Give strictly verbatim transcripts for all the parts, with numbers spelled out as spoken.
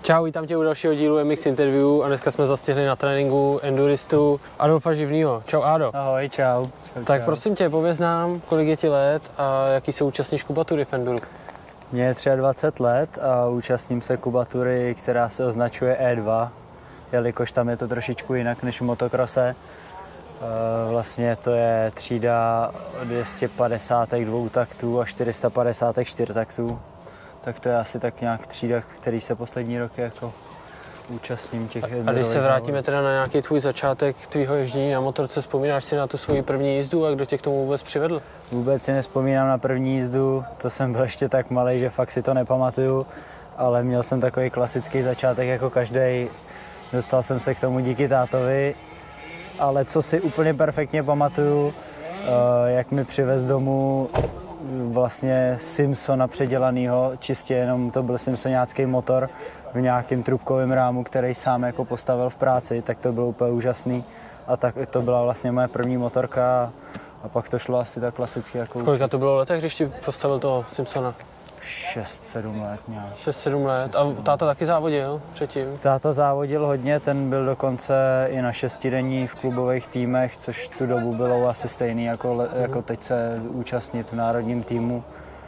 Čau, vítám tě u dalšího dílu M X Interview a dneska jsme zastihli na tréninku enduristu Adolfa Živnýho. Čau Ádo. Ahoj, čau. čau Tak čau. prosím tě, pověz nám, kolik je ti let a jaký se účastníš kubatury v enduru? Mně je dvacet tři let a účastním se kubatury, která se označuje E dva, jelikož tam je to trošičku jinak než v motokrose. Vlastně to je třída dvě stě padesát dvou taktů a čtyři sta padesát čtyři taktů. Tak to je asi tak nějak třída, který se poslední roky jako účastním těch A když se vrátíme závodů. teda na nějaký tvůj začátek tvýho ježdění na motorce, vzpomínáš si na tu svoji první jízdu a kdo tě k tomu vůbec přivedl? Vůbec si nespomínám na první jízdu, to jsem byl ještě tak malý, že fakt si to nepamatuju, ale měl jsem takový klasický začátek jako každý. Dostal jsem se k tomu díky tátovi, ale co si úplně perfektně pamatuju, jak mi přivez domů vlastně Simpsona předělanýho, čistě jenom to byl Simpsonácký motor v nějakém trubkovém rámu, který sám jako postavil v práci, tak to bylo úplně úžasný. A tak to byla vlastně moje první motorka a pak to šlo asi tak klasicky jako... V kolika to bylo letech, když ti postavil toho Simpsona? šest sedm let nějak. šest sedm let. A táta taky závodil předtím? Táta závodil hodně, ten byl dokonce i na šestidenní v klubových týmech, což tu dobu bylo asi stejný jako, mm. jako teď se účastnit v národním týmu.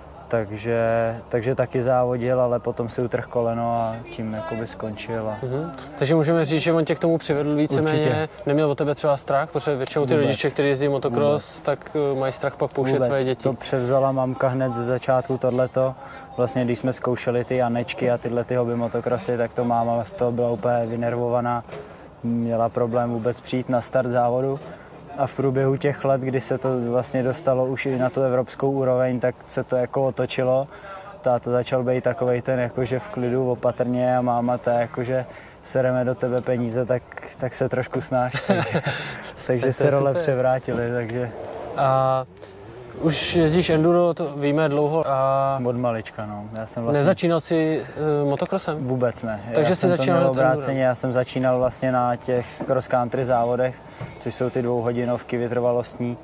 Takže, takže taky závodil, ale potom si utrhl koleno a tím jakoby skončil. A... Mm-hmm. Takže můžeme říct, že on tě k tomu přivedl víceméně. Neměl o tebe třeba strach, protože většinou ty Vůbec. rodiče, kteří jezdí motocross, tak mají strach pak pouštět své děti. To převzala mamka hned ze začátku tohleto. Vlastně když jsme zkoušeli ty Janečky a tyhle ty hobby motocrossy, tak to máma z toho byla úplně vynervovaná. Měla problém vůbec přijít na start závodu. A v průběhu těch let, kdy se to vlastně dostalo už i na tu evropskou úroveň, tak se to jako otočilo. Táta začal být takovej ten jakože v klidu, opatrně a máma ta jakože sereme do tebe peníze, tak, tak se trošku snáš. Takže, takže se role super. Převrátily. Takže... A už jezdíš enduro, to víme dlouho. A... Od malička, no. Já jsem vlastně... Nezačínal jsi uh, motokrosem? Vůbec ne. Takže já jsi jsem začínal to měl obráceně, já jsem začínal vlastně na těch cross country závodech, což jsou ty dvouhodinovky vytrvalostní.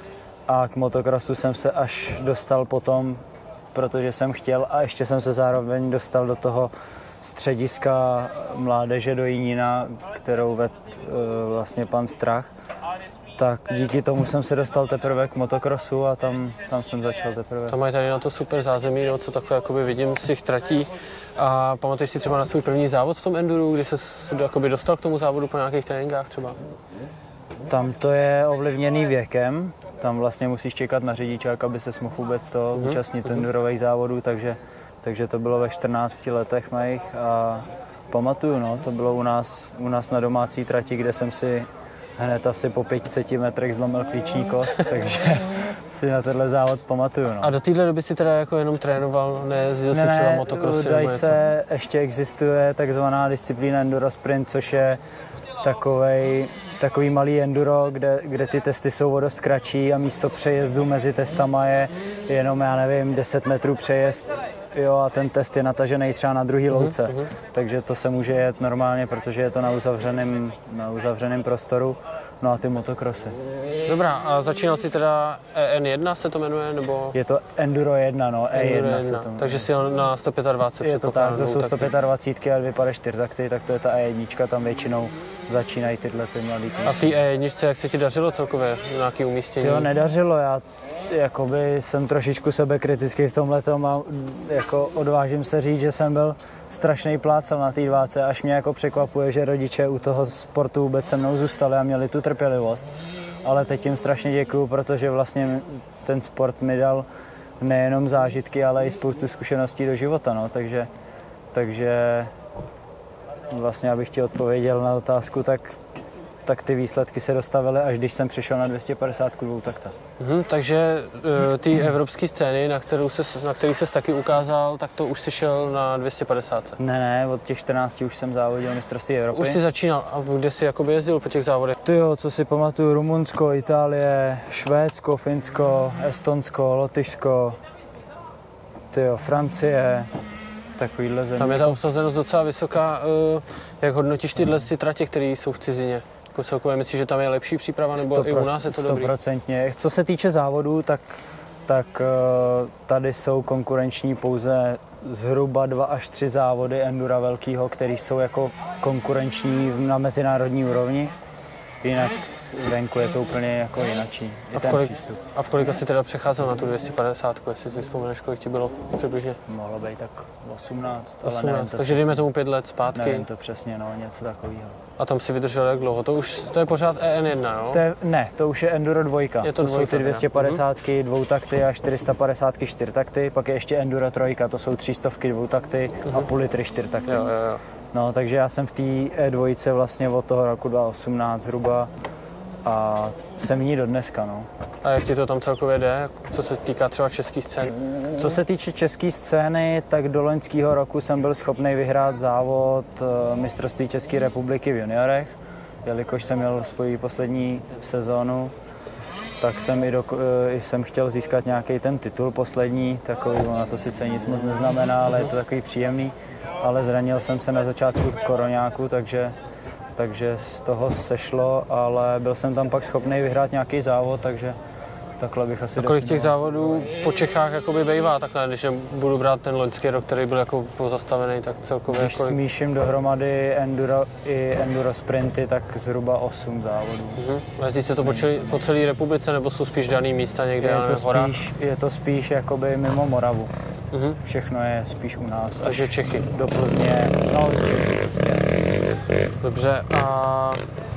A k motocrossu jsem se až dostal potom, protože jsem chtěl a ještě jsem se zároveň dostal do toho střediska mládeže do Jinína, kterou vedl uh, vlastně pan Strach. Tak díky tomu jsem se dostal teprve k motocrossu a tam, tam jsem začal teprve. Tam mají tady na to super zázemí, no, co takhle jakoby vidím z těch tratí. A pamatuješ si třeba na svůj první závod v tom enduru, kdy se jakoby dostal k tomu závodu po nějakých tréninkách třeba? Tam to je ovlivněný věkem. Tam vlastně musíš čekat na řidičák, aby ses mohl vůbec toho mm-hmm. účastnit endurových závodů, takže, takže to bylo ve čtrnácti letech mých a pamatuju, no, to bylo u nás, u nás na domácí trati, kde jsem si hned asi po pěti seti metrech zlomil klíční kost, takže si na tenhle závod pamatuju. No. A do téhle doby si teda jako jenom trénoval, nejezdil ne, si třeba ne, motokrosy nebo něco? se, ještě existuje takzvaná disciplína enduro sprint, což je takovej, takový malý enduro, kde, kde ty testy jsou o dost kratší a místo přejezdu mezi testama je jenom, já nevím, deset metrů přejezd. Jo, a ten test je natažený třeba na druhý louce, mm-hmm. takže to se může jet normálně, protože je to na uzavřeném, na uzavřeném prostoru, no a ty motokrosy. Dobrá, a začínal si teda E N jedna se to jmenuje, nebo? Je to Enduro jedna, no, E jedna, Enduro se jedna. to jmenuje. Takže si jel na sto dvacet pět. Je to tak, to jsou sto dvacet pět a dvě padá čtyři takty, tak to je ta E jedna, tam většinou začínají tyhle ty mladý. A v té E jedna, jak se ti dařilo celkově, nějaké umístění? To nedařilo, já jakoby jsem trošičku sebekritický v tomhletom a jako odvážím se říct, že jsem byl strašný plácal na té dváce, až mě jako překvapuje, že rodiče u toho sportu vůbec se mnou zůstali a měli tu trpělivost. Ale teď jim strašně děkuju, protože vlastně ten sport mi dal nejenom zážitky, ale i spoustu zkušeností do života, no, takže, takže vlastně abych ti odpověděl na otázku, tak tak ty výsledky se dostavily, až když jsem přišel na dvě stě padesát dvou takta. Mhm, takže uh, ty evropské scény, na, kterou ses, na který ses taky ukázal, tak to už jsi šel na dvě stě padesát. Ne, ne, od těch čtrnácti už jsem závodil mistrovství Evropy. Už jsi začínal, a kde jsi jakoby jezdil po těch závodech? Ty jo, co si pamatuju, Rumunsko, Itálie, Švédsko, Finsko, Estonsko, Lotyšsko, ty jo, Francie, takovýhle země. Tam je ta obsazenost docela vysoká. Uh, jak hodnotíš tyhle ty tratě, které jsou v cizině? Jako celkově myslíš, že tam je lepší příprava, nebo i u nás je to dobrý? Stoprocentně. Co se týče závodů, tak, tak tady jsou konkurenční pouze zhruba dva až tři závody endura velkého, které jsou jako konkurenční na mezinárodní úrovni. Jinak venku je to úplně jako jinačí. A v, kolik, a v kolika jsi teda přecházel na tu dvě stě padesát, jestli si vzpomeneš, kolik ti bylo přibližně? Mohlo být tak osmnáct, ale osmnáct, nevím to takže dejme tomu pět let zpátky. Nevím to přesně, no, něco takového. A tam si vydržel jak dlouho? To už to je pořád E N jedna, jo? To je, ne, to už je Enduro dvojka. Je to, to dvojka, jsou ty dvě stě padesát uh-huh. dvoutakty a čtyři sta padesát čtyřtakty, pak je ještě Enduro trojka, to jsou tři stovky dvoutakty uh-huh. a půl litry čtyřtakty. Jo, jo, jo. No, takže já jsem v té E dvojce vlastně od toho roku dva tisíce osmnáct zhruba a jsem v ní do dneska, no. A jak ti to tam celkově jde, co se týká třeba české scény? Co se týče české scény, tak do loňského roku jsem byl schopný vyhrát závod mistrovství České republiky v juniorech, jelikož jsem měl svoji poslední sezónu, tak jsem i, do, i jsem chtěl získat nějaký ten titul poslední, takový, ona to sice nic moc neznamená, ale je to takový příjemný, ale zranil jsem se na začátku koroňáku, takže takže z toho sešlo, ale byl jsem tam pak schopný vyhrát nějaký závod, takže takhle bych asi... A kolik těch závodů po Čechách jakoby bývá takhle, když budu brát ten loňský rok, který byl jako pozastavený, tak celkově Když kolik... smíším dohromady enduro i enduro sprinty, tak zhruba osm závodů. Uh-huh. A jezdí se to po, čeli, po celé republice, nebo jsou spíš daný místa někde je na to horách? spíš, je to spíš jakoby mimo Moravu. Uh-huh. Všechno je spíš u nás. Takže Čechy. Do Plzně, no Čechy prostě. Dobře, a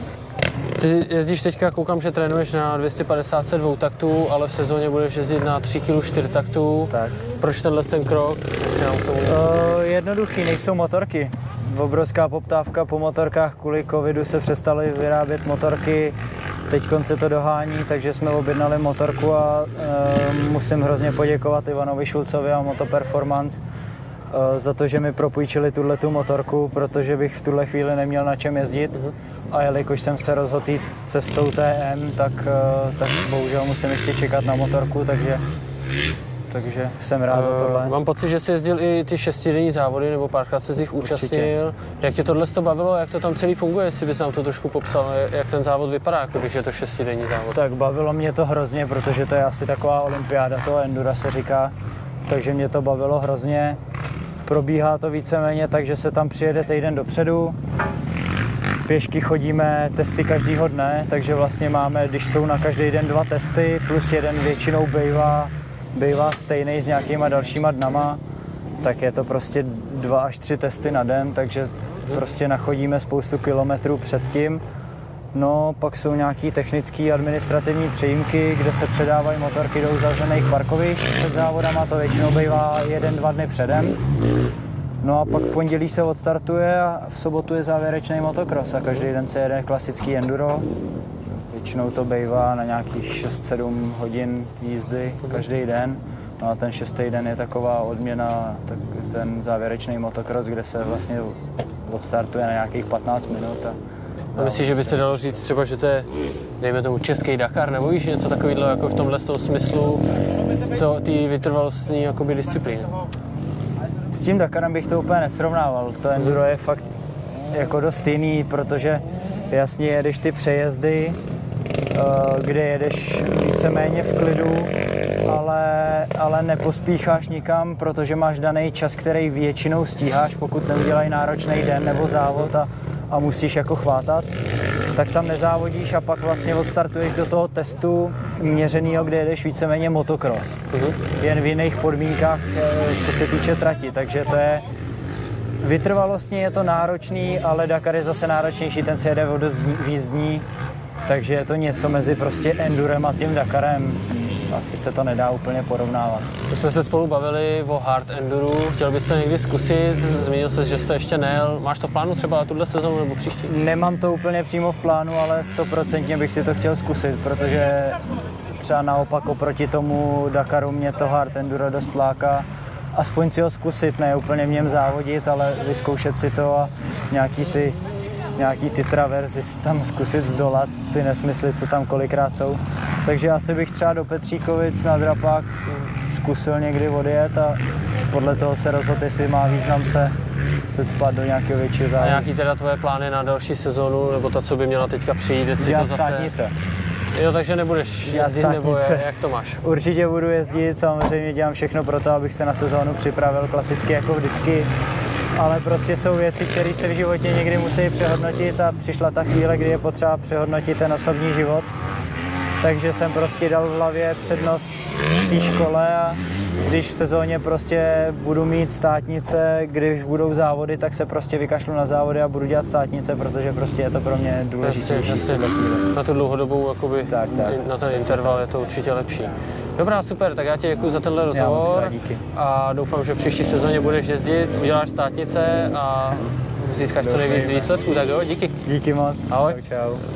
ty jezdíš teďka, koukám, že trénuješ na dvě stě padesát dvoutaktů, ale v sezóně budeš jezdit na tři kila čtyřtaktů. Tak. Proč tenhle ten krok? Jestli nám k tomu něco... Uh, jednoduchý, nejsou motorky. Obrovská poptávka po motorkách, kvůli covidu se přestaly vyrábět motorky. Teď se to dohání, takže jsme objednali motorku a e, musím hrozně poděkovat Ivanovi Šulcovi a Moto Performance e, za to, že mi propůjčili tuhletu motorku, protože bych v tuhle chvíli neměl na čem jezdit. Mm-hmm. A jelikož jsem se rozhodl jít cestou T M, tak, e, tak bohužel musím ještě čekat na motorku, takže, takže jsem rád za tohle. Uh, mám pocit, že jsi jezdil i ty šestidenní závody, nebo párkrát se z nich účastnil. Jak tě tohle to bavilo, jak to tam celý funguje, jestli bys nám to trošku popsal, jak ten závod vypadá, jako když je to šestidenní závod? Tak bavilo mě to hrozně, protože to je asi taková olympiáda toho endura se říká, takže mě to bavilo hrozně. Probíhá to víceméně tak, že se tam přijede týden dopředu, pěšky chodíme testy každýho dne, takže vlastně máme, když jsou na každý den dva testy, plus jeden většinou bývá bývá stejný s nějakýma dalšíma dnama, tak je to prostě dva až tři testy na den, takže prostě nachodíme spoustu kilometrů předtím. No, pak jsou nějaký technické administrativní přejímky, kde se předávají motorky do uzavřených parkovišť před závodama, to většinou bývá jeden, dva dny předem. No a pak v pondělí se odstartuje a v sobotu je závěrečný motocross a každý den se jede klasický enduro. Většinou to bývá na nějakých šest sedm hodin jízdy každý den. No a ten šestý den je taková odměna, tak ten závěrečný motocross, kde se vlastně odstartuje na nějakých patnáct minut. A, a myslíš, že by se dalo říct třeba, že to je, dejme tomu, český Dakar, nebo víš, něco takového jako v tomhle tom smyslu té vytrvalostní jakoby disciplíny? S tím Dakarem bych to úplně nesrovnával. To enduro je fakt jako dost jiný, protože jasně jedeš ty přejezdy, kde jedeš víceméně v klidu, ale, ale nepospícháš nikam, protože máš daný čas, který většinou stíháš, pokud neudělají náročný den nebo závod a, a musíš jako chvátat, tak tam nezávodíš a pak vlastně odstartuješ do toho testu měřenýho, kde jedeš víceméně motocross. Uh-huh. Jen v jiných podmínkách, co se týče trati, takže to je vytrvalostně je to náročný, ale Dakar je zase náročnější, ten se jede o dost víc dní. Takže je to něco mezi prostě endurem a tím Dakarem. Asi se to nedá úplně porovnávat. My jsme se spolu bavili o hard enduru. Chtěl bys to někdy zkusit? Zmínil jsi, že jsi to ještě nejel. Máš to v plánu třeba tuhle sezonu nebo příští? Nemám to úplně přímo v plánu, ale stoprocentně bych si to chtěl zkusit, protože třeba naopak oproti tomu Dakaru mě to hard enduro dost láká. Aspoň si ho zkusit, ne úplně v něm závodit, ale vyzkoušet si to a nějaký ty nějaký ty traverzy tam zkusit zdolat, ty nesmysly, co tam kolikrát jsou. Takže asi bych třeba do Petříkovic na Drapák zkusil někdy odjet a podle toho se rozhodl, jestli má význam se, se cpat do nějakého většího závodu. A nějaký teda tvoje plány na další sezónu, nebo ta, co by měla teďka přijít, jestli dělat to zase... státnice. Jo, takže nebudeš jezdit, nebo je, jak to máš? Určitě budu jezdit, samozřejmě dělám všechno pro to, abych se na sezónu připravil klasicky jako vždycky. Ale prostě jsou věci, které se v životě někdy musí přehodnotit a přišla ta chvíle, kdy je potřeba přehodnotit ten osobní život. Takže jsem prostě dal v hlavě přednost té škole a když v sezóně prostě budu mít státnice, když budou závody, tak se prostě vykašlu na závody a budu dělat státnice, protože prostě je to pro mě důležitější. Jasně, jasně. Na tu dlouhodobou, jakoby, tak, tak, na ten interval je to určitě lepší. Dobrá, super, tak já ti děkuji za tenhle rozhovor a doufám, že v příští sezóně budeš jezdit, uděláš státnice a získáš co nejvíc výsledků, tak jo, díky. Díky moc. Ahoj. Čau, čau.